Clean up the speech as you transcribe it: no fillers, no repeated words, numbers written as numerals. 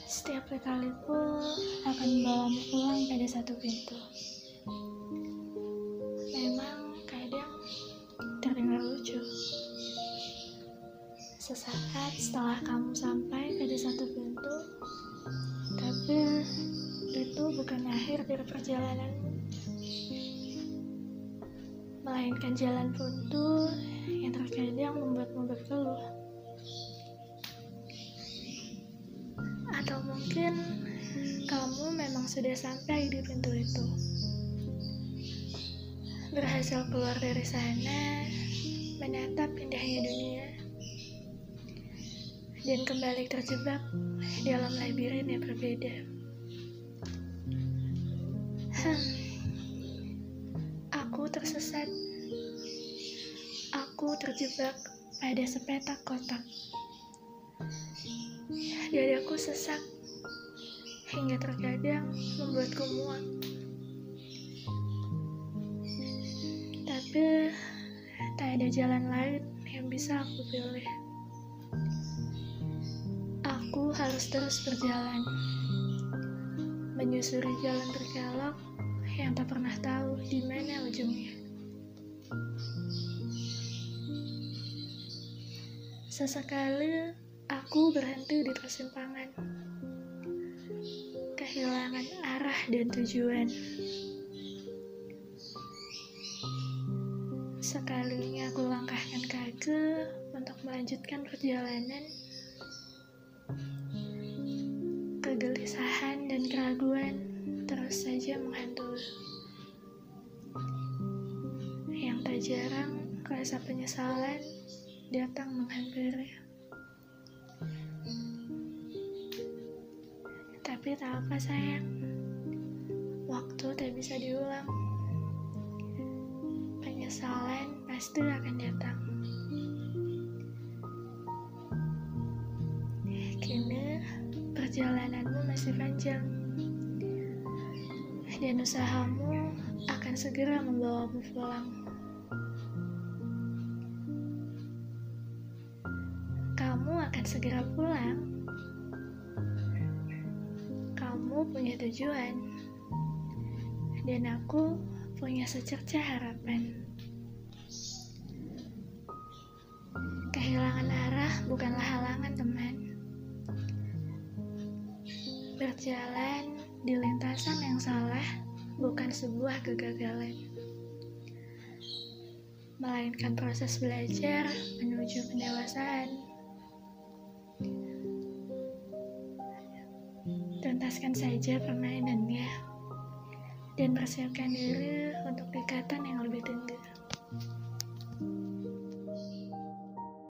Setiap kaliku akan membawamu pulang pada satu pintu. Memang kadang terdengar lucu. Sesaat setelah kamu sampai pada satu pintu, tapi itu bukan akhir dari perjalananmu, melainkan jalan buntu yang terkadang membuatmu berkeluh. Atau mungkin kamu memang sudah sampai di pintu itu, berhasil keluar dari sana, menatap indahnya dunia, dan kembali terjebak dalam labirin yang berbeda. Aku tersesat. Aku terjebak pada sepetak kotak. Dadaku sesak hingga terkadang membuatku muak. Tapi tak ada jalan lain yang bisa aku pilih. Aku harus terus berjalan, menyusuri jalan berkelok yang tak pernah tahu di mana ujungnya. Sesekali aku berhenti di persimpangan, kehilangan arah dan tujuan. Sekalinya aku langkahkan kaki untuk melanjutkan perjalanan, kegelisahan dan keraguan terus saja menghantui. Yang tak jarang rasa penyesalan datang menghampiri. Tapi tak apa sayang, waktu tak bisa diulang. Penyesalan pasti akan datang. Kini perjalananmu masih panjang, dan usahamu akan segera membawamu pulang. Kamu akan segera pulang. Kamu punya tujuan, dan aku punya secerca harapan. Kehilangan arah bukanlah halangan, teman. Berjalan di lintasan yang salah bukan sebuah kegagalan, melainkan proses belajar menuju pendewasaan. Tuntaskan saja permainannya dan persiapkan diri untuk ikatan yang lebih tinggi.